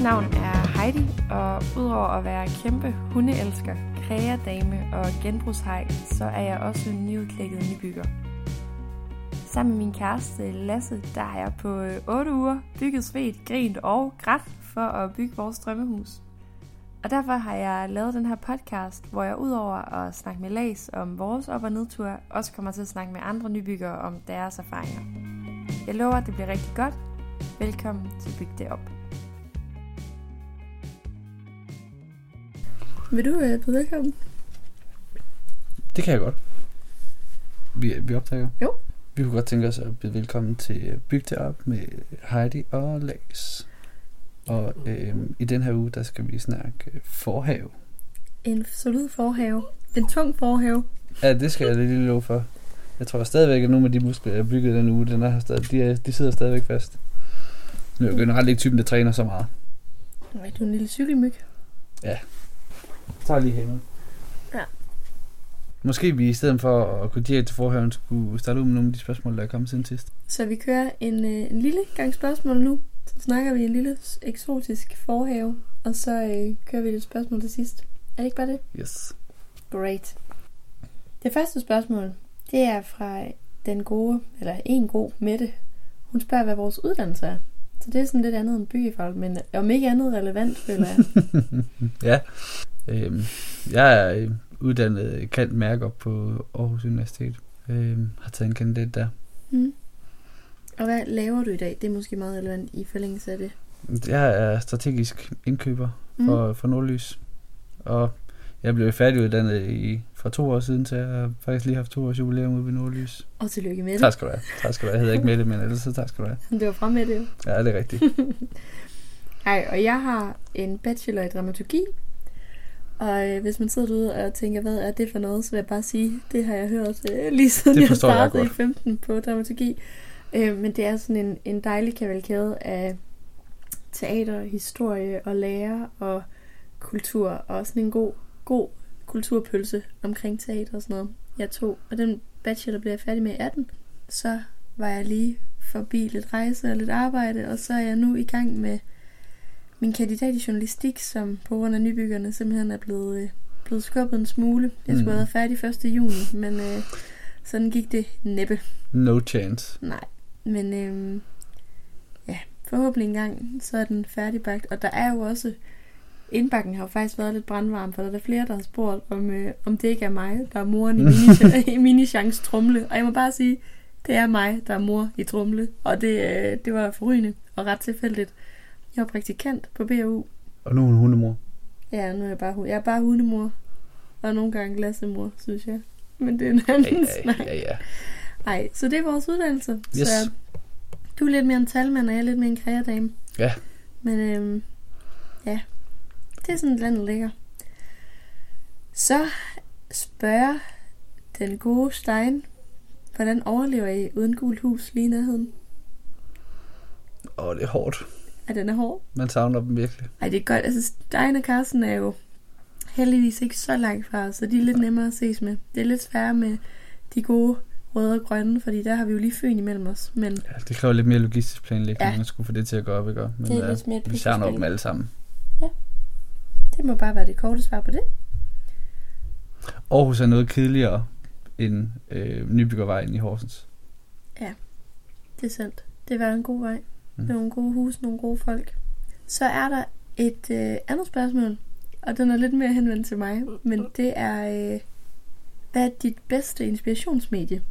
navn er Heidi, og udover at være kæmpe hundeelsker, kreadame og genbrugshaj, så er jeg også en nyudklækket nybygger. Sammen med min kæreste Lasse, der har jeg på 8 uger bygget, svedt, grint og grædt for at bygge vores drømmehus. Og derfor har jeg lavet den her podcast, hvor jeg udover at snakke med Las om vores op- og nedtur, også kommer til at snakke med andre nybyggere om deres erfaringer. Jeg lover, at det bliver rigtig godt. Velkommen til Byg det op. Vil du byde velkommen? Det kan jeg godt. Vi optager. Jo. Vi kunne godt tænke os at byde velkommen til Byg det op med Heidi og Las. Og i den her uge, der skal vi snakke forhave. En solid forhave. En tung forhave. Ja, det skal jeg lige love for. Jeg tror stadigvæk, at nogle af de muskler, jeg har bygget den uge, de sidder stadigvæk fast. Nu er jeg generelt ikke typen, der træner så meget. Nej, du er en lille cykelmyg. Ja. Jeg tager lige hænder. Ja. Måske vi i stedet for at gå direkte til forhaven, skulle starte ud med nogle af de spørgsmål, der er kommet siden sidst. Så vi kører en lille gang spørgsmål nu. Så snakker vi en lille eksotisk forhave. Og så kører vi et spørgsmål til sidst. Er det ikke bare det? Yes. Great. Det første spørgsmål, det er fra en god Mette. Hun spørger, hvad vores uddannelse er. Så det er sådan lidt andet end byggefag, men om ikke andet relevant, føler jeg. Ja. Jeg er uddannet kant mærker på Aarhus Universitet. Har taget en kandidat der. Mm. Og hvad laver du i dag? Det er måske meget relevant i forlængelse af det. Jeg er strategisk indkøber for Nordlys. Og jeg blev færdiguddannet for 2 år siden, så jeg har faktisk lige haft 2 års jubilæum ude ved Nordlys. Og tillykke med det. Tak skal du have. Jeg hedder ikke Mette, men ellers så tak skal du have. Det var frem med det jo. Ja, det er rigtigt. Ej, og jeg har en bachelor i dramaturgi. Og hvis man sidder derude og tænker, hvad er det for noget, så vil jeg bare sige, det har jeg hørt lige siden jeg startede i 15 på dramaturgi. Men det er sådan en dejlig kavalkade af teater, historie og lære og kultur. Og sådan en god kulturpølse omkring teater og sådan noget. Jeg tog, og den bachelor blev jeg færdig med i 18. Så var jeg lige forbi lidt rejse og lidt arbejde, og så er jeg nu i gang med min kandidat i journalistik, som på grund af nybyggerne simpelthen er blevet skubbet en smule. Jeg skulle have været færdig 1. juni, men sådan gik det næppe. No chance. Nej, men forhåbentlig en gang, så er den færdigbagt. Og der er jo også, indbakken har jo faktisk været lidt brandvarm, for der er flere, der har spurgt, om det ikke er mig, der er moren i Minichance trumle. Og jeg må bare sige, det er mig, der er mor i trumle. Og det var forrygende og ret tilfældigt. Jeg var praktikant på BAU. Og nu er hun hundemor. Ja, nu er jeg er bare hundemor. Og nogle gange glassemor, synes jeg. Men det er en anden snak. Ja. Ej, så det er vores uddannelse. Yes. Så du er lidt mere en talmand, og jeg er lidt mere en kreadame. Ja. Men det er sådan, landet ligger. Så spørger den gode Stein, hvordan overlever I uden gult hus lige i nærheden? Det er hårdt. Ja, den er hård. Man savner dem virkelig. Ej, det er godt. Altså, Stein og Carsten er jo heldigvis ikke så langt fra os, så de er lidt nemmere at ses med. Det er lidt sværere med de gode røde og grønne, fordi der har vi jo lige Fyn imellem os. Men ja, det kræver lidt mere logistisk planlægning, man skulle få det til at gå op, ikke? Men det er lidt mere vi savner dem alle sammen. Ja, det må bare være det korte svar på det. Aarhus er noget kedeligere end Nybyggervejen i Horsens. Ja, det er sandt. Det var en god vej. Nogle gode huse, nogle gode folk. Så er der et andet spørgsmål, og den er lidt mere henvendt til mig, men det er, hvad er dit bedste inspirationsmedie?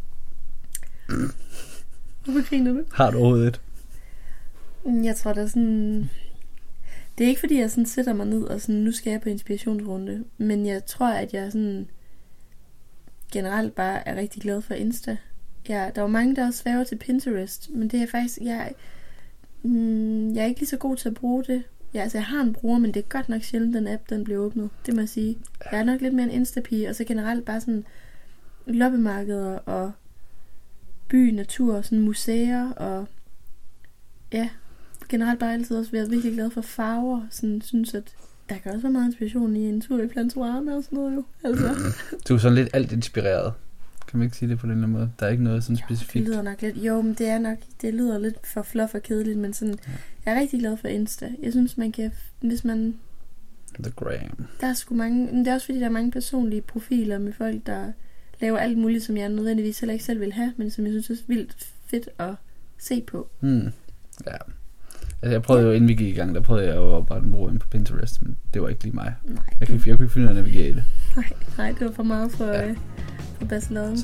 Hvorfor griner du? Har du overhovedet et? Jeg tror, der er sådan... Det er ikke fordi, jeg sådan sætter mig ned og sådan, nu skal jeg på inspirationsrunde, men jeg tror, at jeg sådan generelt bare er rigtig glad for Insta. Ja, der er jo mange, der også svæver til Pinterest, men det er faktisk... Jeg er ikke lige så god til at bruge det. Ja, altså jeg har en bruger, men det er godt nok sjældent, den app, den bliver åbnet. Det må jeg sige. Jeg er nok lidt mere en Insta-pige, og så generelt bare sådan loppemarkeder og by, natur, sådan museer, og ja, generelt bare altid også været virkelig glad for farver. Sådan synes, at der kan også være meget inspiration i en tur i Plantorama og sådan noget jo. Altså. Du er sådan lidt alt inspireret, Kan man ikke sige det på den her måde? Der er ikke noget sådan specifikt. Det lyder nok lidt. Jo, men det er nok. Det lyder lidt for fluff og kedeligt, men sådan. Ja. Jeg er rigtig glad for Insta. Jeg synes, man kan, hvis man. The gram. Der er sgu mange. Men det er også fordi, der er mange personlige profiler med folk, der laver alt muligt, som jeg nødvendigvis heller ikke selv vil have, men som jeg synes er vildt fedt at se på. Ja. Altså, jeg prøvede jo, inden vi gik i gang, der prøvede jeg jo at oprette en bruger ind på Pinterest, men det var ikke lige mig. Nej. Jeg kunne ikke finde ud af at navigere i det. Nej, det var for meget for bacheloren.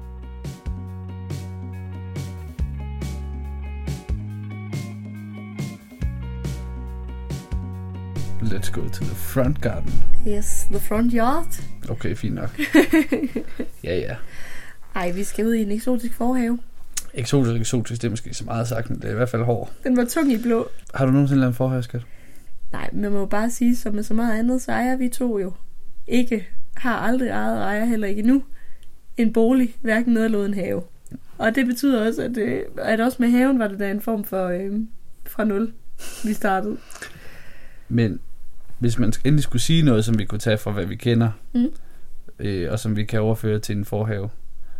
Let's go to the front garden. Yes, the front yard. Okay, fint nok. Ja. Ej, vi skal ud i en eksotisk forhave. Eksotisk, det er måske så meget sagt, men det er i hvert fald hård. Den var tung i blå. Har du nogensinde lavet en forhave, skat? Nej, men man må jo bare sige, som med så meget andet, så ejer vi to jo ikke, har aldrig ejet, ejer heller ikke endnu, en bolig, hverken noget eller uden have. Og det betyder også, at også med haven var det da en form for fra 0, vi startede. Men hvis man endelig skulle sige noget, som vi kunne tage fra, hvad vi kender, og som vi kan overføre til en forhave,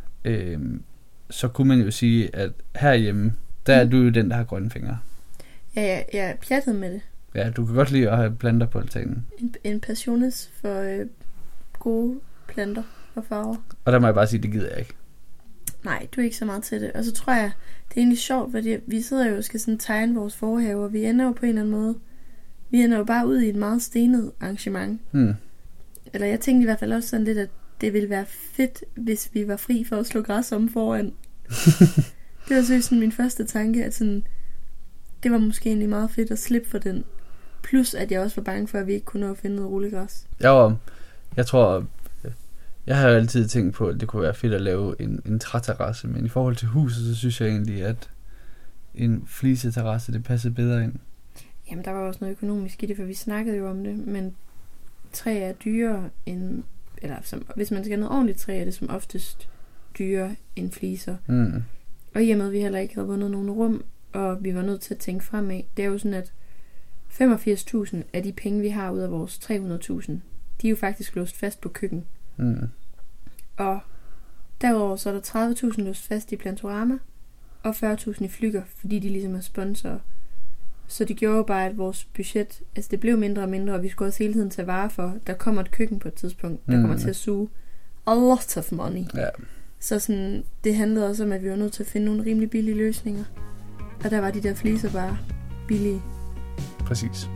så kunne man jo sige, at herhjemme, der er du jo den, der har grønne fingre. Ja, jeg er pjattet med det. Ja, du kan godt lide at have planter på altanen. En passiones for gode planter og farver. Og der må jeg bare sige, det gider jeg ikke. Nej, du er ikke så meget til det. Og så tror jeg, det er egentlig sjovt, fordi vi sidder jo og skal sådan tegne vores forhave, og vi ender jo på en eller anden måde, vi ender jo bare ud i et meget stenet arrangement. Eller jeg tænkte i hvert fald også sådan lidt, at det ville være fedt, hvis vi var fri for at slå græs om foran. Det var så sådan min første tanke, at sådan, det var måske egentlig meget fedt at slippe for den. Plus at jeg også var bange for, at vi ikke kunne nå at finde noget rullegræs. Jeg tror, jeg har jo altid tænkt på, at det kunne være fedt at lave en træterrasse, men i forhold til huset, så synes jeg egentlig, at en fliseterrasse, det passede bedre ind. Jamen, der var også noget økonomisk i det, for vi snakkede jo om det, men træ er dyrere end, eller hvis man skal have noget ordentligt træ, er det som oftest dyrere end fliser. Og i og med, at vi heller ikke havde vundet nogen rum, og vi var nødt til at tænke fremad, det er jo sådan, at 85.000 af de penge, vi har ud af vores 300.000, de er jo faktisk låst fast på køkken. Og derudover så er der 30.000 låst fast i Plantorama, og 40.000 i Flügger, fordi de ligesom er sponsorer. Så det gjorde jo bare, at vores budget, altså det blev mindre og mindre, og vi skulle også hele tiden tage vare for, der kommer et køkken på et tidspunkt, der kommer til at suge a lot of money. Ja. Så sådan, det handlede også om, at vi var nødt til at finde nogle rimelig billige løsninger. Og der var de der fliser bare billige. Præcis.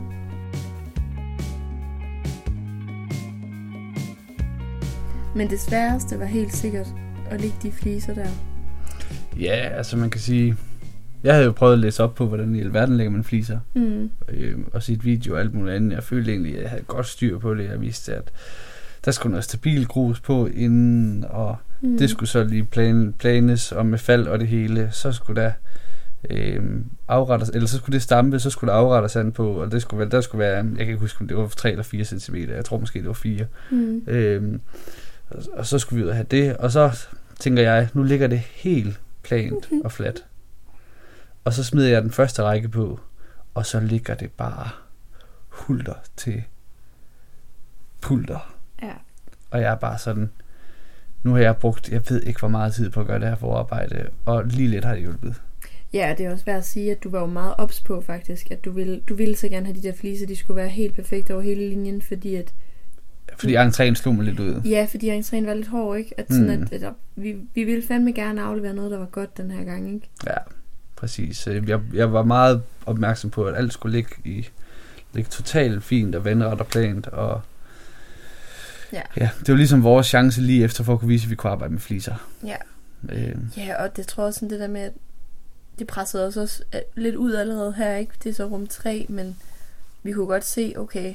Men det sværeste var helt sikkert at lægge de fliser der. Ja, altså man kan sige, jeg havde jo prøvet at læse op på, hvordan i alverden lægger man fliser. Og set video og alt muligt andet. Jeg følte egentlig, at jeg havde godt styr på det. Jeg vidste, at der skulle noget stabil grus på inden, og det skulle så lige planes, og med fald og det hele, så skulle der afrettes, eller så skulle det stampe, så skulle der afrettes sand på, og det skulle være, jeg kan ikke huske, om det var 3 eller 4 cm, jeg tror måske det var 4. Og så skulle vi ud og have det, og så tænker jeg, nu ligger det helt plant og fladt. Og så smider jeg den første række på, og så ligger det bare hulter til pulter. Ja. Og jeg er bare sådan, nu har jeg brugt, jeg ved ikke hvor meget tid på at gøre det her forarbejde, og lige lidt har det hjulpet. Ja, det er også værd at sige, at du var jo meget ops på faktisk, at du ville så gerne have de der fliser, de skulle være helt perfekte over hele linjen, fordi entréen slog mig lidt ud. Ja, fordi entréen var lidt hård, ikke? At sådan at vi ville fandme gerne aflevere noget, der var godt den her gang, ikke? Ja, præcis. Jeg var meget opmærksom på, at alt skulle ligge totalt fint og vandret og plant, og ja, det var ligesom vores chance lige efter for at kunne vise, at vi kunne arbejde med fliser. Ja. Ja, og det tror jeg sådan det der med, at det pressede os også lidt ud allerede her, ikke? Det er så rum 3, men vi kunne godt se, okay,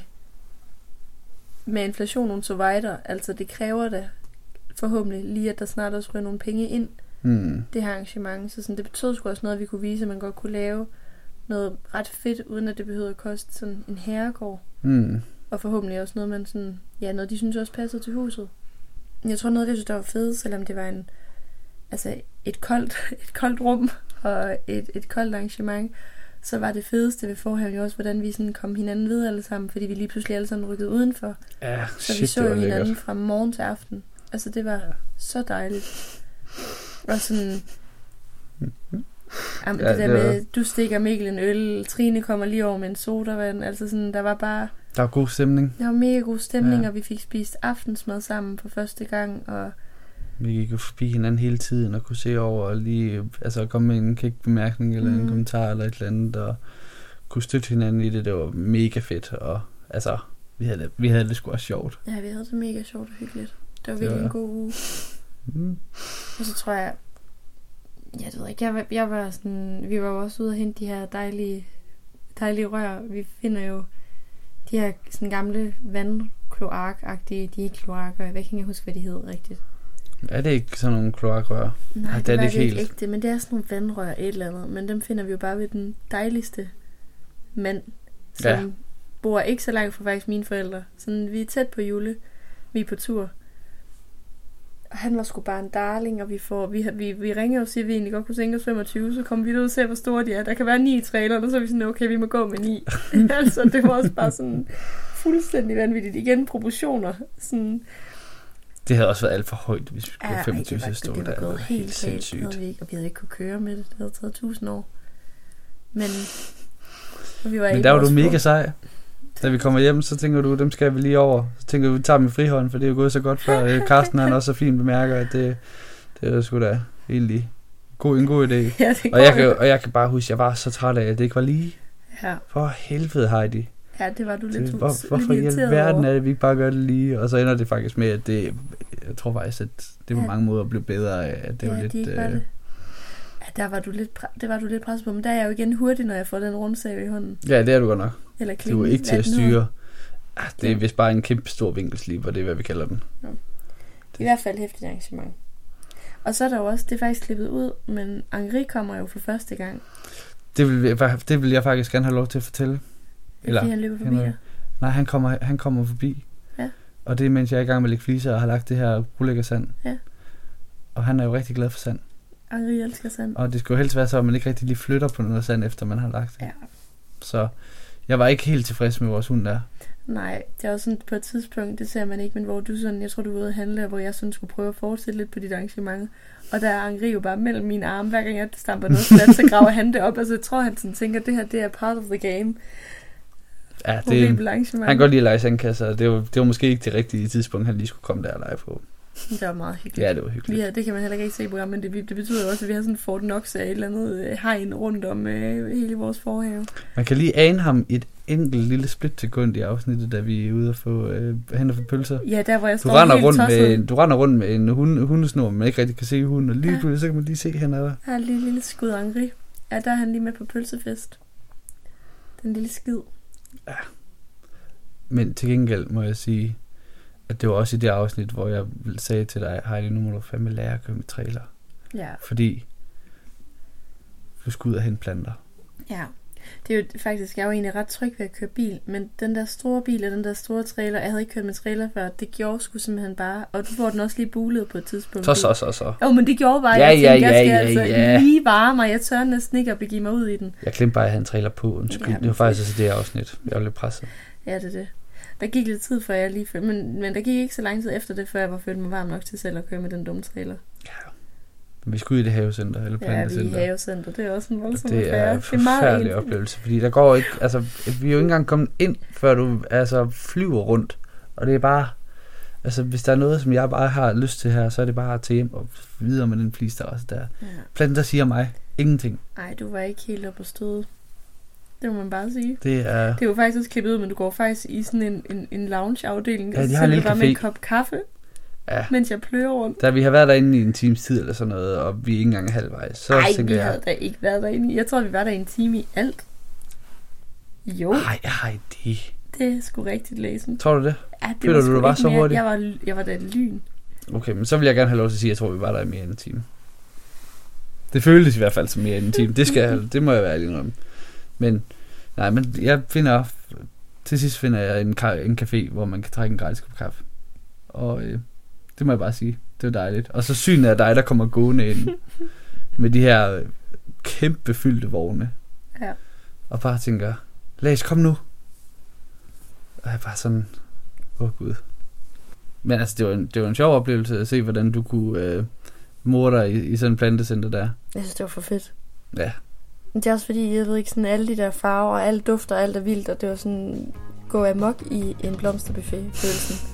med inflationen så videre, altså det kræver da forhåbentlig lige, at der snart også ryger nogle penge ind, det her arrangement. Så sådan, det betød sgu også noget, at vi kunne vise, at man godt kunne lave noget ret fedt, uden at det behøvede at koste sådan en herregård. Og forhåbentlig også noget, man sådan, ja, noget de synes også passede til huset. Jeg tror noget af det, der var fedt, selvom det var et koldt rum og et koldt arrangement, så var det fedeste ved forhaven jo også, hvordan vi sådan kom hinanden ved alle sammen, fordi vi lige pludselig alle sammen rykkede udenfor. Ja, så vi så jo hinanden fra morgen til aften. Altså, det var så dejligt. Og sådan... Jamen, det der med, du stikker Mikkel en øl, Trine kommer lige over med en sodavand. Altså sådan, der var bare... Der var god stemning. Der var mega god stemning, og vi fik spist aftensmad sammen for første gang, og... Vi gik jo forbi hinanden hele tiden og kunne se over og lige komme med en kæk-bemærkning eller en kommentar eller et eller andet, og kunne støtte hinanden i det. Det var mega fedt, og altså, vi havde det sgu også sjovt. Ja, vi havde det mega sjovt og hyggeligt. Det var virkelig en god uge. Og så tror jeg, det ved ikke, jeg var sådan, vi var jo også ude og hente de her dejlige rør. Vi finder jo de her sådan gamle vandkloak-agtige, de er ikke kloakker, jeg kan ikke huske, hvad de hedder rigtigt. Er det ikke sådan nogle kloakrør? Nej, det er ikke helt ægte, men det er sådan nogle vandrør et eller andet. Men dem finder vi jo bare ved den dejligste mand, som bor ikke så langt fra faktisk mine forældre. Sådan, vi er tæt på Jule, vi er på tur. Og han var sgu bare en darling, og vi ringer og siger, at vi egentlig godt kunne tænke os 25, så kommer vi ud og ser, hvor store de er. Der kan være 9 trailer, og så er vi sådan, okay, vi må gå med 9. Altså, det var også bare sådan fuldstændig vanvittigt. Igen, proportioner. Sådan... Det havde også været alt for højt, hvis vi skulle 25 til stå. Det var gået helt sindssygt. Og vi havde ikke kunne køre med det. Det havde taget 1000 år. Men der var du mega sej. Da vi kommer hjem, så tænker du, dem skal vi lige over. Så tænker du, vi tager dem i frihånd, for det er jo gået så godt før. Karsten han også så fint bemærker, at det er sgu da egentlig en god idé. Ja, og jeg kan bare huske, at jeg var så træt af, at det ikke var lige. Ja. For helvede, Heidi. Ja, det var du lidt hvorfor i alverden er det, vi ikke bare gør det lige? Og så ender det faktisk med, at det... Jeg tror faktisk, at det på mange måder blev bedre af, at det var lidt... Det. Ja, der var du lidt presset på, men der er jeg jo igen hurtig, når jeg får den rundsave i hånden. Ja, det er du godt nok. Eller du er ikke til at styre. Det er vist bare en kæmpe stor vinkelsliber, det er, hvad vi kalder den. Ja. I hvert fald hæftigt arrangement. Og så er der jo også, det er faktisk klippet ud, men Henri kommer jo for første gang. Det vil jeg faktisk gerne have lov til at fortælle. Eller han løber forbi dig? Nej, han kommer forbi. Ja. Og det er, mens jeg er i gang med at lægge fliser og har lagt det her brolæggersand. Ja. Og han er jo rigtig glad for sand. Henri elsker sand. Og det skulle jo helst være så, at man ikke rigtig lige flytter på noget sand, efter man har lagt det. Ja. Så jeg var ikke helt tilfreds med vores hund der. Nej, det er også sådan på et tidspunkt, det ser man ikke, men hvor du sådan, jeg tror du var ude at handle, hvor jeg sådan skulle prøve at fortsætte lidt på dit arrangement. Og der er Henri jo bare mellem mine arme, hver gang jeg stamper noget slat, så graver han det op, og så tror han sådan, tænker, det her, det er part of the game. Ja, han kan godt lide at lege sandkasser, og det var måske ikke det rigtige tidspunkt, han lige skulle komme der og lege på. Det var meget hyggeligt. Ja, det var hyggeligt. Det kan man heller ikke se i programmet, men det betyder jo også, at vi har sådan en Fort Knox af et eller andet hegn rundt om hele vores forhave. Man kan lige ane ham et enkelt lille splitsekund i afsnittet, da vi er ude og få hænder for pølser. Ja, der hvor jeg står helt tosset. Du render rundt med en hundesnor, man ikke rigtig kan se hunden, og lige pludselig så kan man lige se hende der. Ja, lille skud Henri. Ja, der er han lige med på pølsefest. Den lille skid. Ja. Men til gengæld må jeg sige, at det var også i det afsnit, hvor jeg sagde til dig, Heidi, nu må du fandme lære at køre med trailer. Ja. Fordi du skal ud og hente planter. Ja. Det er jo faktisk, jeg er jo egentlig ret tryg ved at køre bil, men den der store bil og den der store trailer, jeg havde ikke kørt med trailer før, det gjorde sgu simpelthen bare, og du får den også lige bulet på et tidspunkt. Så. Jo, men det gjorde bare, jeg skal lige varme mig, jeg tør næsten ikke at begive mig ud i den. Jeg glemte bare, at jeg havde en trailer på, undskyld. Ja, det var faktisk også det afsnit, jeg var lidt presset. Ja, det er det. Der gik lidt tid, før jeg lige følte, men der gik ikke så lang tid efter det, før jeg var følt mig varm nok til selv at køre med den dumme trailer. Ja. Vi skulle i det havecenter, eller plantecenter. Ja, vi er i havecenter. Det er også en voldsom affære. Det er en forfærdelig oplevelse, fordi der går ikke, altså, vi er jo ikke engang kommet ind, før du flyver rundt. Og det er bare, altså, hvis der er noget, som jeg bare har lyst til her, så er det bare at tage hjem og videre med den flis, der også der. Ja. Planter siger mig ingenting. Nej, du var ikke helt oppe at støde. Det må man bare sige. Det er jo faktisk også klippet ud, men du går faktisk i sådan en lounge-afdeling. Ja, de har en lille café. Med en kop kaffe, mens jeg pløjer rundt. Da vi har været derinde i en times tid eller sådan noget, og vi er ikke engang halvvejs, så tænker jeg... Nej, vi havde da ikke været derinde. Jeg tror, vi var der en time i alt. Jo. Nej, det... Det er sgu rigtigt læsen. Tror du det? Ja, det føler du var så hurtigt? Jeg var da lyn. Okay, men så vil jeg gerne have lov til at sige, at jeg tror, vi var der i mere end en time. Det føltes i hvert fald som mere end en time. Det må jeg være ærlig om. Men jeg til sidst finder jeg en café, hvor man kan trække en gratis kop kaffe. Og det må jeg bare sige. Det var dejligt. Og så synet af dig, der kommer gående ind med de her kæmpe fyldte vogne. Ja. Og bare tænker, Læs, kom nu. Og jeg bare sådan, gud. Men altså, det var en sjov oplevelse at se, hvordan du kunne morde dig i sådan en plantecenter der. Jeg synes, det var for fedt. Ja. Men det er også fordi, jeg ved ikke, sådan alle de der farver, alle dufter, alt er vildt, og det var sådan gå amok i en blomsterbuffet-følelsen.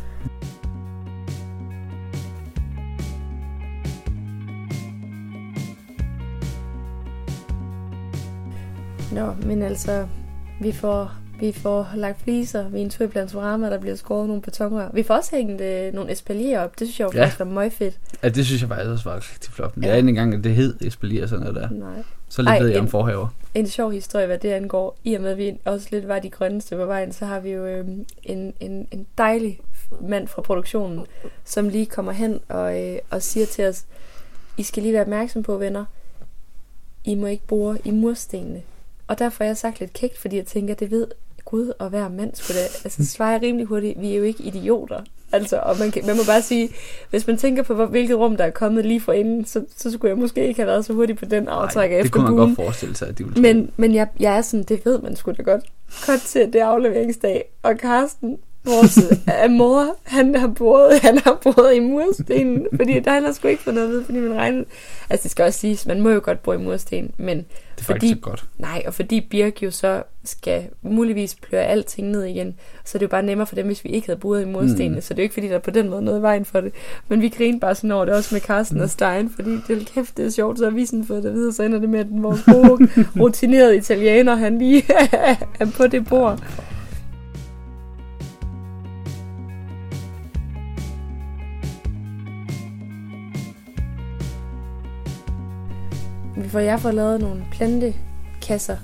Nå, men altså, vi får lagt fliser ved en tur i Plantorama, der bliver skåret nogle betonrør. Vi får også hængt nogle espalier op. Det synes jeg faktisk var meget fedt. Ja, det synes jeg faktisk også var rigtig flot. Men jeg er ikke engang, at det hed espalier sådan noget der. Nej. Så lidt ved jeg om forhaver. En sjov historie, hvad det angår. I og med, at vi også lidt var de grønneste på vejen, så har vi jo en dejlig mand fra produktionen, som lige kommer hen og siger til os, I skal lige være opmærksom på, venner, I må ikke bore i murstenene. Og derfor har jeg sagt lidt kægt, fordi jeg tænker, det ved Gud og hver mand skulle det. Altså, svarer jeg rimelig hurtigt, vi er jo ikke idioter. Altså, og man må bare sige, hvis man tænker på, hvilket rum, der er kommet lige for inden, så skulle jeg måske ikke have været så hurtig på den aftrækker efter buen. Det kunne man godt forestille sig, at de ville men jeg er sådan, det ved man sgu da godt. Godt til det afleveringsdag. Og Karsten, vores mor, han har boet i murstenen, fordi der han har sgu ikke fået noget at vide, fordi man regner. Altså det skal også siges, man må jo godt bo i mursten, men det er faktisk godt. Nej, og fordi Birk jo så skal muligvis pløre alting ned igen, så er det jo bare nemmere for dem, hvis vi ikke havde boet i murstenene, så det er jo ikke fordi, der er på den måde noget i vejen for det. Men vi griner bare sådan over det også med Karsten og Stein, fordi det er kæft, det er sjovt, så har vi sådan fået det videre, så ender det med, at vores gode, rutinerede italiener, han lige er på det bord. Jeg får lavet nogle plantekasser.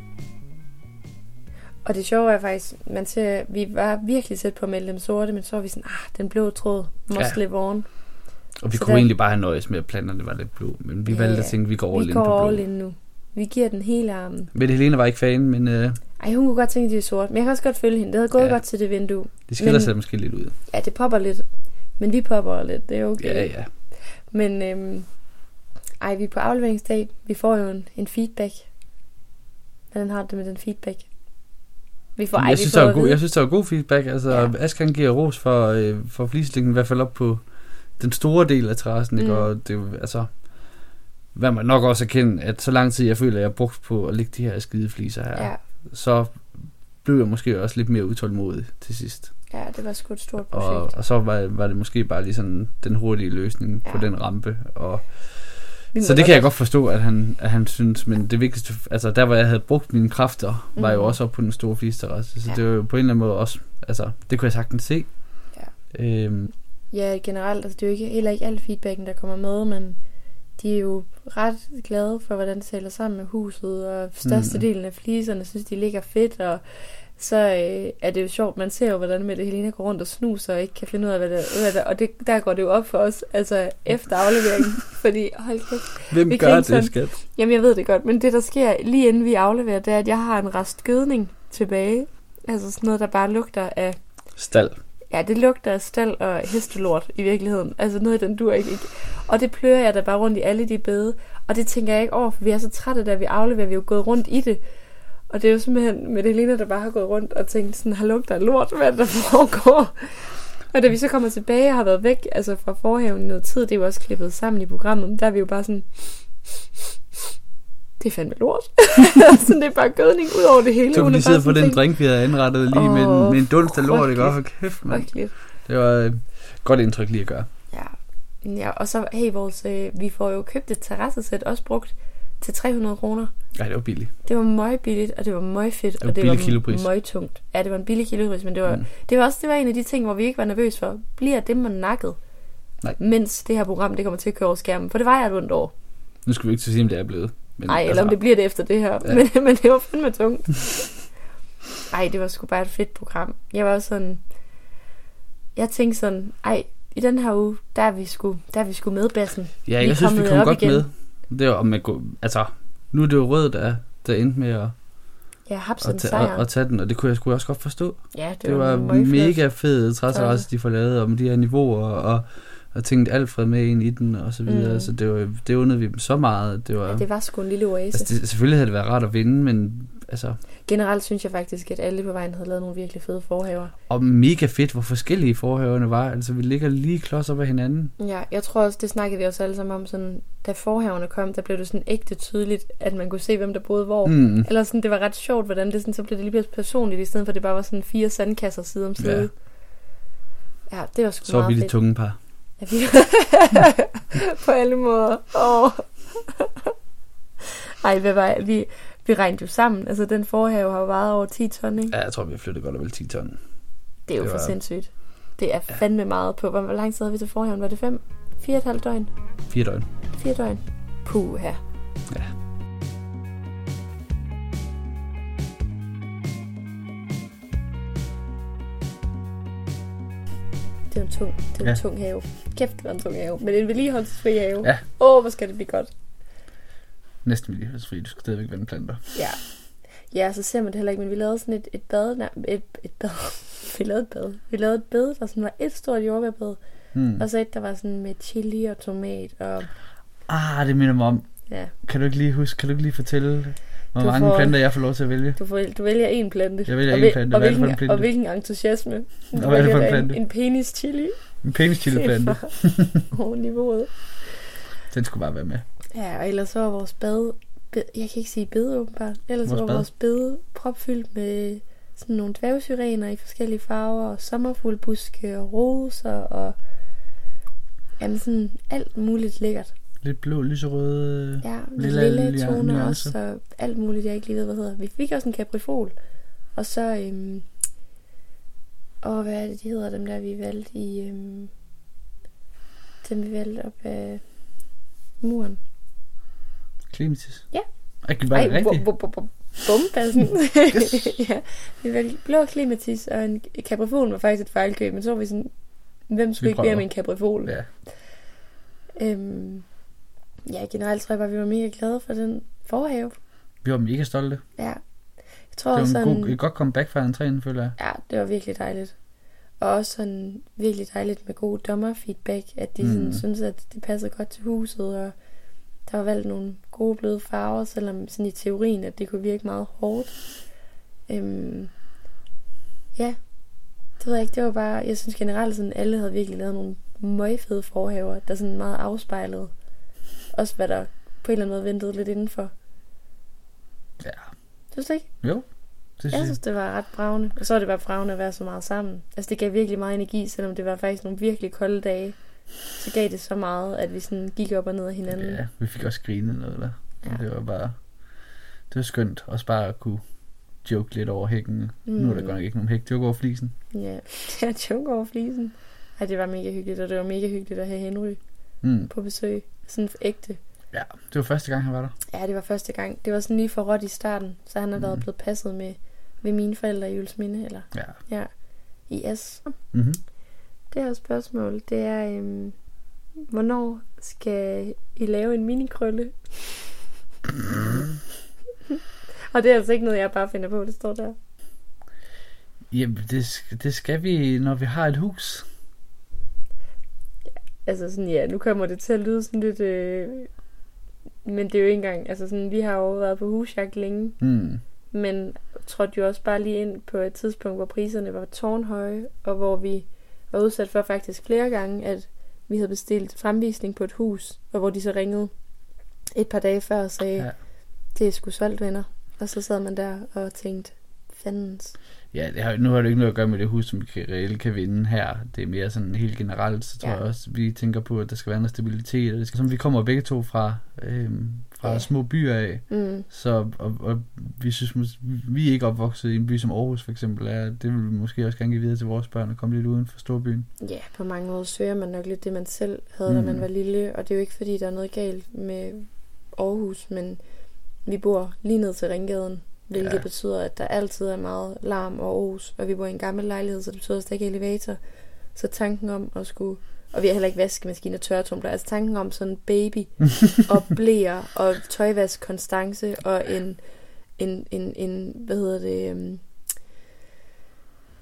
Og det sjove er faktisk, vi var virkelig tæt på at melde dem sorte, men så var vi sådan, den blå tråd, must live on. Og vi kunne egentlig bare have nøjes med, at planterne var lidt blå, men vi valgte at tænke, at vi går all in på blå. Vi går all in nu. Vi giver den hele armen. Men Helene var ikke fan, men... Ej, hun kunne godt tænke, at de er sorte, men jeg kan også godt følge hende. Det havde gået godt til det vindue. Det skiller sig måske lidt ud. Ja, det popper lidt. Men vi popper lidt, det er okay. Ja. Men... vi er på afleveringsdag. Vi får jo en feedback. Hvordan har det med den feedback? Jeg synes, der var god feedback. Altså, Asger giver ros for fliselægningen, i hvert fald op på den store del af terrassen. Ikke? Og det altså, hvad man nok også erkende, at så lang tid jeg føler, at jeg har brugt på at lægge de her skide fliser her, så blev jeg måske også lidt mere utålmodig til sidst. Ja, det var sgu et stort projekt. Og så var det måske bare lige sådan den hurtige løsning på den rampe, og så det kan jeg godt forstå, at han synes, men det vigtigste, altså der hvor jeg havde brugt mine kræfter, var jo også op på den store flisterrasse, så det var jo på en eller anden måde også, altså det kunne jeg sagtens se. Ja, generelt, altså det er jo heller ikke al feedbacken, der kommer med, men de er jo ret glade for, hvordan det taler sammen med huset, og størstedelen af fliserne synes, de ligger fedt, og så er det jo sjovt, man ser jo, hvordan Mette Helene går rundt og snuser og ikke kan finde ud af, hvad det er. Og der går det jo op for os, altså efter afleveringen, fordi hold kæft. Hvem gør det, skat? Jamen, jeg ved det godt, men det, der sker lige inden vi afleverer, det er, at jeg har en rest gødning tilbage. Altså sådan noget, der bare lugter af... Stald. Ja, det lugter af stald og hestelort i virkeligheden. Altså noget, den dur ikke. Og det plører jeg da bare rundt i alle de bede. Og det tænker jeg ikke over, for vi er så trætte, da vi afleverer. Vi er jo gået rundt i det. Og det er jo simpelthen med Helena, der bare har gået rundt og tænkt sådan, har lugter af lort, hvad der foregår. Og da vi så kommer tilbage og har været væk altså fra forhaven i noget tid, det er jo også klippet sammen i programmet, der er vi jo bare sådan, det er fandme lort. Så det er bare gødning ud over det hele. Så kunne sidde på den drink, vi havde indrettet lige med en dunst af lort, ikke? For kæft, mand. Det var et godt indtryk lige at gøre. Ja, og så vi får jo købt et terrassesæt, også brugt til 300 kroner. Ja, det var billigt. Det var meget billigt, og det var meget fedt, og det var meget tungt. Ja, det var en billig kilopris, men det var en af de ting, hvor vi ikke var nervøs for. Bliver det man nakket? Nej. Mens det her program, det kommer til at køre over skærmen, for det var jeg et ondt år. Nu skal vi ikke sige, om det er blevet. Nej, eller om det bliver det efter det her. Ja. Men det var fandme tungt. Ej, det var sgu bare et fedt program. Jeg var også sådan... Jeg tænkte sådan, i den her uge, der er vi sgu med bassen. Ja, jeg synes, vi kom godt igen. Med. Det var om altså, nu er det jo Rød, der endte med at tage den, og det kunne jeg sgu også godt forstå. Ja, det var mega fed træsrasse, de får lavet, og med de her niveauer, og og tænkte Alfred med ind i den, og så videre. Så det undede vi dem så meget. Det var sgu en lille oase. Altså selvfølgelig havde det været rart at vinde, men altså... Generelt synes jeg faktisk, at alle på vejen havde lavet nogle virkelig fede forhaver. Og mega fedt, hvor forskellige forhaverne var. Altså, vi ligger lige klods op ad hinanden. Ja, jeg tror også, det snakkede vi også alle sammen om, sådan, da forhaverne kom, der blev det sådan ægte tydeligt, at man kunne se, hvem der boede hvor. Eller sådan, det var ret sjovt, hvordan det sådan, så blev det lige pludselig personligt, i stedet for, at det bare var sådan 4 sandkasser side om side. Ja, det var sgu så meget fedt. Så vi det tunge par. Ja, på alle måder. Ej, hvad var vi regnede jo sammen. Altså, den forhave har jo vejet over 10 ton, ikke? Ja, jeg tror, vi har flyttet godt og vel 10 ton. Det er jo for sindssygt. Det er fandme meget på. Hvor lang tid havde vi til forhaven? Var det 4,5 døgn? 4 døgn. 4 døgn. Puh, her. Ja. Det er en tung have. Kæft, det var en tung have. Men en vedligeholdelsesfri have. Ja. Hvor skal det blive godt. Næsten vedligeholdelsesfri. Du skal stadigvæk vande planter. Ja. Ja, så ser man det heller ikke. Men vi lavede sådan et bad. Et bad. Vi lavede et bad. Vi lavede et bad, der sådan var et stort jordbærbad. Og så et, der var sådan med chili og tomat og... det minder mig om. Ja. Kan du ikke lige fortælle, hvor mange planter jeg får lov til at vælge? Du vælger en plante. Jeg vælger en plante. Og hvilken entusiasme. Og hvad er det for en plante? En penis chili. En penis chili plante. Niveauet. Den skulle bare være med. Ja, og ellers så var vores bad... Jeg kan ikke sige bede åbenbart. Ellers var vores bede propfyldt med sådan nogle dværgsyrener i forskellige farver, og sommerfuglbuske og roser, og jamen sådan alt muligt lækkert. Lidt blå, lyserøde, ja, lille toner også, og alt muligt, jeg ikke lige ved, hvad hedder. Vi fik også en caprifol, og så, hvad er det, de hedder, dem der, vi valgte i, dem vi valgte op af muren. Clematis? Ja. Ej, rigtigt? Bumpassen. Ja, vi valgte blå clematis, og en caprifol var faktisk et fejlkøb, men så var vi sådan, hvem skulle ikke bede om en caprifol? Ja. Ja, generelt tror jeg bare, vi var mega glade for den forhave. Vi var mega stolte. Ja. Jeg tror det var et godt comeback fra entréen, føler jeg. Ja, det var virkelig dejligt. Og også sådan virkelig dejligt med god dommerfeedback, at de sådan synes, at det passede godt til huset, og der var valgt nogle gode bløde farver, selvom sådan i teorien, at det kunne virke meget hårdt. Ja, det ved jeg ikke, det var bare, jeg synes generelt sådan, alle havde virkelig lavet nogle møgfede forhaver, der sådan meget afspejlede også, hvad der på en eller anden måde ventede lidt indenfor. Ja. Synes du ikke? Jo. Jeg synes, det var ret bragende. Og så var det bare bragende at være så meget sammen. Altså, det gav virkelig meget energi, selvom det var faktisk nogle virkelig kolde dage. Så gav det så meget, at vi sådan gik op og ned af hinanden. Ja, vi fik også grinet noget der. Ja. Det var bare... Det var skønt. Også bare at kunne joke lidt over hækken. Nu er der godt nok ikke nogen hæk. Joke over flisen. Ja, joke over flisen. Ej, det var mega hyggeligt, og det var mega hyggeligt at have Henry på besøg. Sådan ægte. Ja, det var første gang, han var der. Ja, det var første gang. Det var sådan lige for råt i starten, så han har været blevet passet med mine forældre i Ølsminde, eller? Ja. I S. Det her spørgsmål, det er, hvornår skal I lave en minikrølle? Og det er altså ikke noget, jeg bare finder på, det står der. Jamen, det skal vi, når vi har et hus. Altså sådan, ja, nu kommer det til at lyde sådan lidt... men det er jo ikke engang... Altså sådan, vi har jo været på husjagt længe. Men trådte jo også bare lige ind på et tidspunkt, hvor priserne var tårnhøje, og hvor vi var udsat for faktisk flere gange, at vi havde bestilt fremvisning på et hus, og hvor de så ringede et par dage før og sagde, det er sgu solgt, venner. Og så sad man der og tænkte, fandens. Ja, nu har det ikke noget at gøre med det hus, som vi reelt kan vinde her. Det er mere sådan helt generelt, så tror jeg også, vi tænker på, at der skal være noget stabilitet. Og det skal, som vi kommer begge to fra små byer af. Så og vi synes, vi er ikke opvokset i en by som Aarhus for eksempel. Det vil vi måske også gerne give videre til vores børn og komme lidt uden for storbyen. Ja, på mange måder søger man nok lidt det, man selv havde, da man var lille. Og det er jo ikke, fordi der er noget galt med Aarhus, men vi bor lige ned til Ringgaden. Hvilket betyder, at der altid er meget larm og os, og vi bor i en gammel lejlighed, så det betyder, at der ikke er elevator. Så tanken om at skulle... Og vi har heller ikke vaskemaskine og tørretumbler. Altså tanken om sådan en baby og bleer og tøjvask konstance og en hvad hedder det...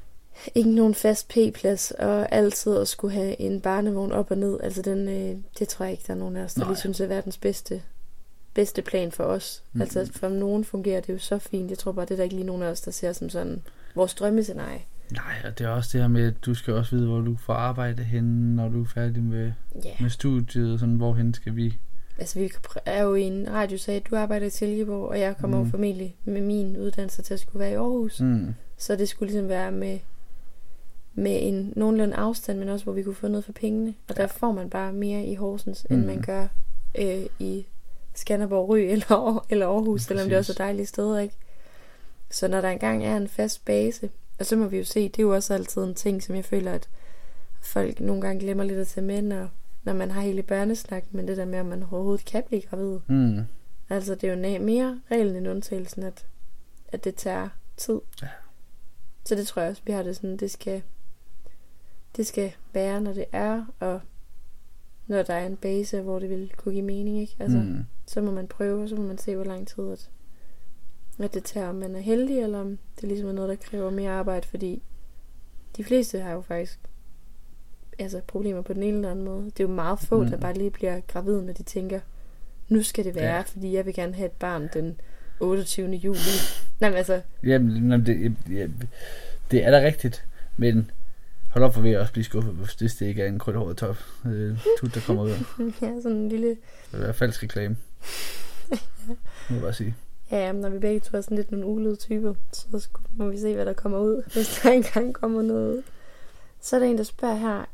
ikke nogen fast p-plads, og altid at skulle have en barnevogn op og ned. Altså det tror jeg ikke, der er nogen af os, der lige synes er verdens bedste plan for os. Mm-hmm. Altså for nogen fungerer det jo så fint. Jeg tror bare, det er der ikke lige nogen af os, der ser som sådan vores drømmescenarie. Nej, og det er også det her med, at du skal også vide, hvor du får arbejde henne, når du er færdig med studiet, og sådan, hvorhen skal vi... Altså vi er jo i en radius af, at du arbejder i Silkeborg, og jeg kommer jo formentlig med min uddannelse til at skulle være i Aarhus. Mm. Så det skulle ligesom være med en nogenlunde afstand, men også hvor vi kunne få noget for pengene. Og der får man bare mere i Horsens, end man gør i Skanderborg, Ry eller Aarhus, selvom det også er dejlige steder, ikke? Så når der engang er en fast base, og så må vi jo se, det er jo også altid en ting, som jeg føler, at folk nogle gange glemmer lidt at tage med, når man har hele børnesnak, men det der med, at man overhovedet kan blive gravid. Mm. Altså det er jo mere reglen end undtagelsen, at det tager tid. Ja. Så det tror jeg også, vi har det sådan, det skal være, når det er, og når der er en base, hvor det vil kunne give mening, ikke? Altså, så må man prøve, og så må man se, hvor lang tid at det tager, om man er heldig, eller om det ligesom er noget, der kræver mere arbejde, fordi de fleste har jo faktisk problemer på den ene eller anden måde. Det er jo meget få, der bare lige bliver gravid, når de tænker, nu skal det være, fordi jeg vil gerne have et barn den 28. juli. Nej, men altså... Jamen, det er da rigtigt, men hold op for ved at også blive skuffet, hvis det ikke er en krydderhåret top tut, der kommer ud. Ja, sådan en lille... Det vil være falsk reklame. Må jeg bare sige. Ja, når vi begge to er sådan lidt nogle ulede typer, så må vi se, hvad der kommer ud, hvis der engang kommer noget ud. Så er der en, der spørger her,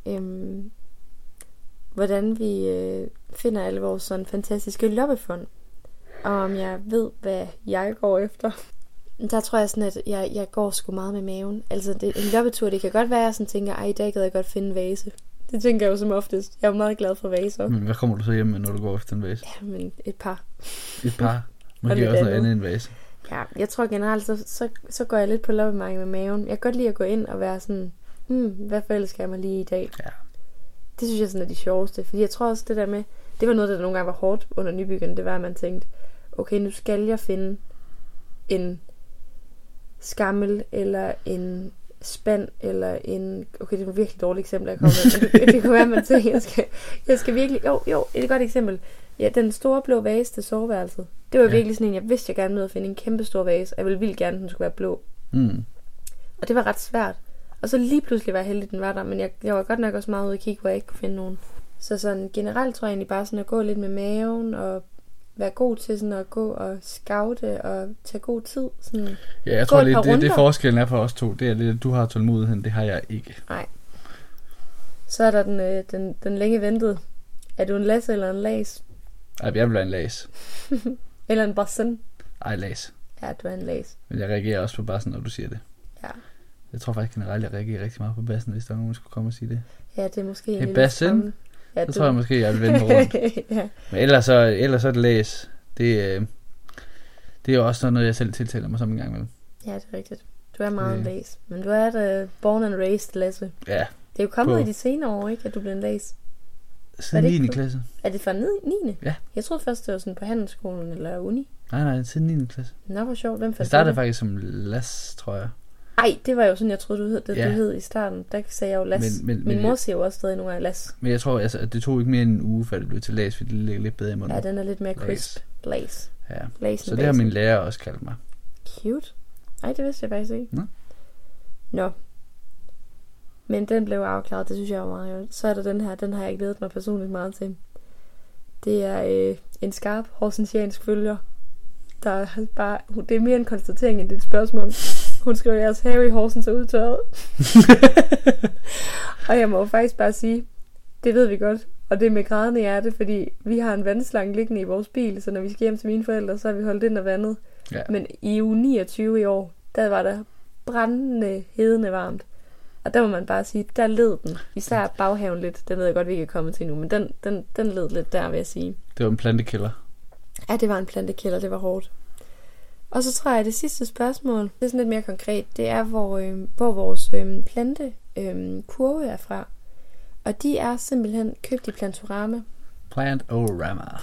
hvordan vi finder alle vores sådan fantastiske loppefund. Og om jeg ved, hvad jeg går efter. Der tror jeg sådan, at jeg går sgu meget med maven. Altså en loppetur, det kan godt være, at jeg sådan tænker, i dag kan jeg godt finde en vase. Det tænker jeg jo som oftest. Jeg er jo meget glad for vaser. Men hvad kommer du så hjem med, når du går efter en vase? Ja, men et par. Et par? Måske også noget andet end vase. Ja, jeg tror generelt, så går jeg lidt på loppemarkedet med maven. Jeg kan godt lide at gå ind og være sådan, hvad forelsker jeg mig lige i dag? Ja. Det synes jeg sådan er de sjoveste. Fordi jeg tror også det der med, det var noget, der nogle gange var hårdt under nybyggerne. Det var, at man tænkte, okay, nu skal jeg finde en skammel, eller en spand, eller en... Okay, det er et virkelig dårligt eksempel, jeg kommer med. Men det kunne være, at man tænker, jeg skal virkelig... Jo, et godt eksempel. Ja, den store blå vase til soveværelset. Det var virkelig sådan en, jeg vidste, jeg gerne ville finde en kæmpe stor vase, og jeg ville vildt gerne, at den skulle være blå. Mm. Og det var ret svært. Og så lige pludselig var jeg heldig, den var der, men jeg var godt nok også meget ude at kigge, hvor jeg ikke kunne finde nogen. Så sådan generelt tror jeg egentlig bare sådan at gå lidt med maven, og være god til sådan at gå og scoute, og tage god tid. Sådan ja, jeg tror lidt, det forskellen er for os to. Det er lidt, at du har tålmodigheden, det har jeg ikke. Nej. Så er der den længe ventede. Er du en lasse eller en las? Ej, jeg vil være en las. Eller en bassen? Ej, las. Ja, du er en las. Men jeg reagerer også på bassen, når du siger det. Ja. Jeg tror faktisk generelt, jeg reagerer rigtig meget på bassen, hvis der er nogen, der skulle komme og sige det. Ja, det er måske en lille bassen? Ja, så tror jeg måske, jeg vil vende rundt. Ja. Men ellers er det læs. Det er jo også noget, jeg selv tiltaler mig som en gang imellem. Ja, det er rigtigt. Du er meget en læs. Men du er born and raised, Lasse. Ja. Det er jo kommet i de senere år, ikke, at du blev en læs. Siden 9. klasse. Er det fra 9. Ja. Jeg troede først, det var sådan på handelsskolen eller uni. Nej, siden 9. klasse. Nå, hvor sjovt. Hvem jeg startede faktisk som las, tror jeg. Ej, det var jo sådan, jeg troede, du hed det, du hed i starten. Der sagde jeg jo las. Min mor siger jo også stadig nogle af las. Men jeg tror, at det tog ikke mere end en uge, før det blev til las, fordi det ligger lidt bedre i munden. Ja, den er lidt mere crisp. Las. Ja, så det har min lærer også kaldt mig. Cute. Ej, det vidste jeg faktisk ikke. Nå. Men den blev afklaret, det synes jeg var meget godt. Så er der den her, den har jeg glædet mig personligt meget til. Det er en skarp horsensiansk følger, der bare, det er mere en konstatering end det et spørgsmål. Hun skriver, at jeres have i Horsens er udtørret. Og jeg må faktisk bare sige, det ved vi godt. Og det er med grædende hjerte, fordi vi har en vandslange liggende i vores bil, så når vi skal hjem til mine forældre, så har vi holdt ind og vandet. Ja. Men i uge 29 i år, der var der brændende, hedende varmt. Og der må man bare sige, der led den. Især baghaven lidt. Den ved jeg godt, vi ikke er kommet til nu. Men den led lidt der, vil jeg sige. Det var en plantekælder. Ja, det var en plantekælder. Det var hårdt. Og så tror jeg, at det sidste spørgsmål, det er sådan lidt mere konkret. Det er, hvor vores plantekurve er fra. Og de er simpelthen købt i Plantorama.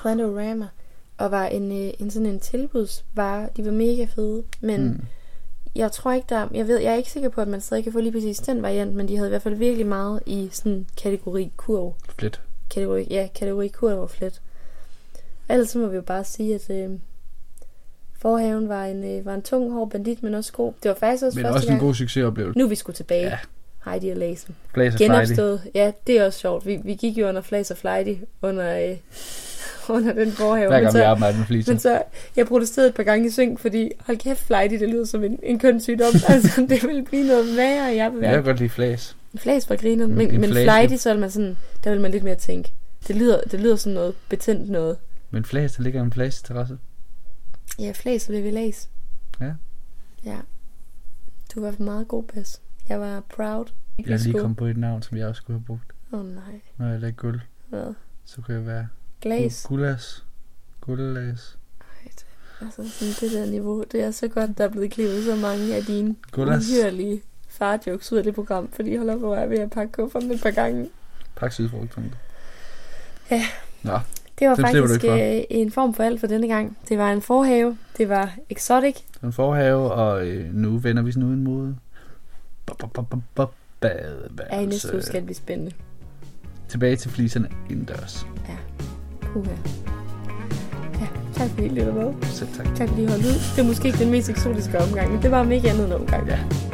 Plantorama. Og var en sådan en tilbudsvare. De var mega fede. Men jeg tror ikke jeg er ikke sikker på, at man stadig kan få lige præcis den variant, men de havde i hvert fald virkelig meget i sådan kategori kurv. Flet. Kategori kurv og flet. Ellers så må vi jo bare sige, at forhaven var en tung, hård bandit, men også god. Det var faktisk også første gang. En god succesoplevelse. Nu er vi sgu tilbage. Ja. Heidi og Læsen. Flas og genopstået. Ja, det er også sjovt. Vi gik jo under Flas og Flighty under den forhave. Hver gang vi arbejder med fliser. Men så, jeg protesterede et par gange i synk, fordi hold kæft, Flighty, det lyder som en kønssygdom. Altså, det ville blive noget værre. Jeg kan godt lide Flas. Flas var griner, men Flighty, så vil man sådan, der vil man lidt mere tænke. Det lyder sådan noget betændt noget. Men Flas, der ligger en Flas-terrasse. Ja, Flas, og det vi læs. Ja. Ja. Du var meget god, Bas. Jeg var proud. Jeg er lige kommet på et navn, som jeg også skulle have brugt. Nej. Når jeg lægger guld. Hvad? Så kan jeg være... Glas. Gullas. Altså sådan det der niveau. Det er så godt, der er blevet klippet så mange af dine uhyrlige farjokes ud af det program. Fordi jeg holder på at være ved at pakke kufferten et par gange. Pakke sydfrugterne. Ja. Nå. Det var faktisk en form for alt for denne gang. Det var en forhave. Det var exotic. Det var en forhave, og nu vender vi sådan uden mod badeværelse. Ja, i næste uge skal det blive spændende. Tilbage til fliserne indendørs. Ja. Puha. Ja, tak fordi I lytter med. Selv tak. Tak fordi I holdt ud. Det er måske ikke den mest eksotiske omgang, men det var mega andet en omgang. Ja.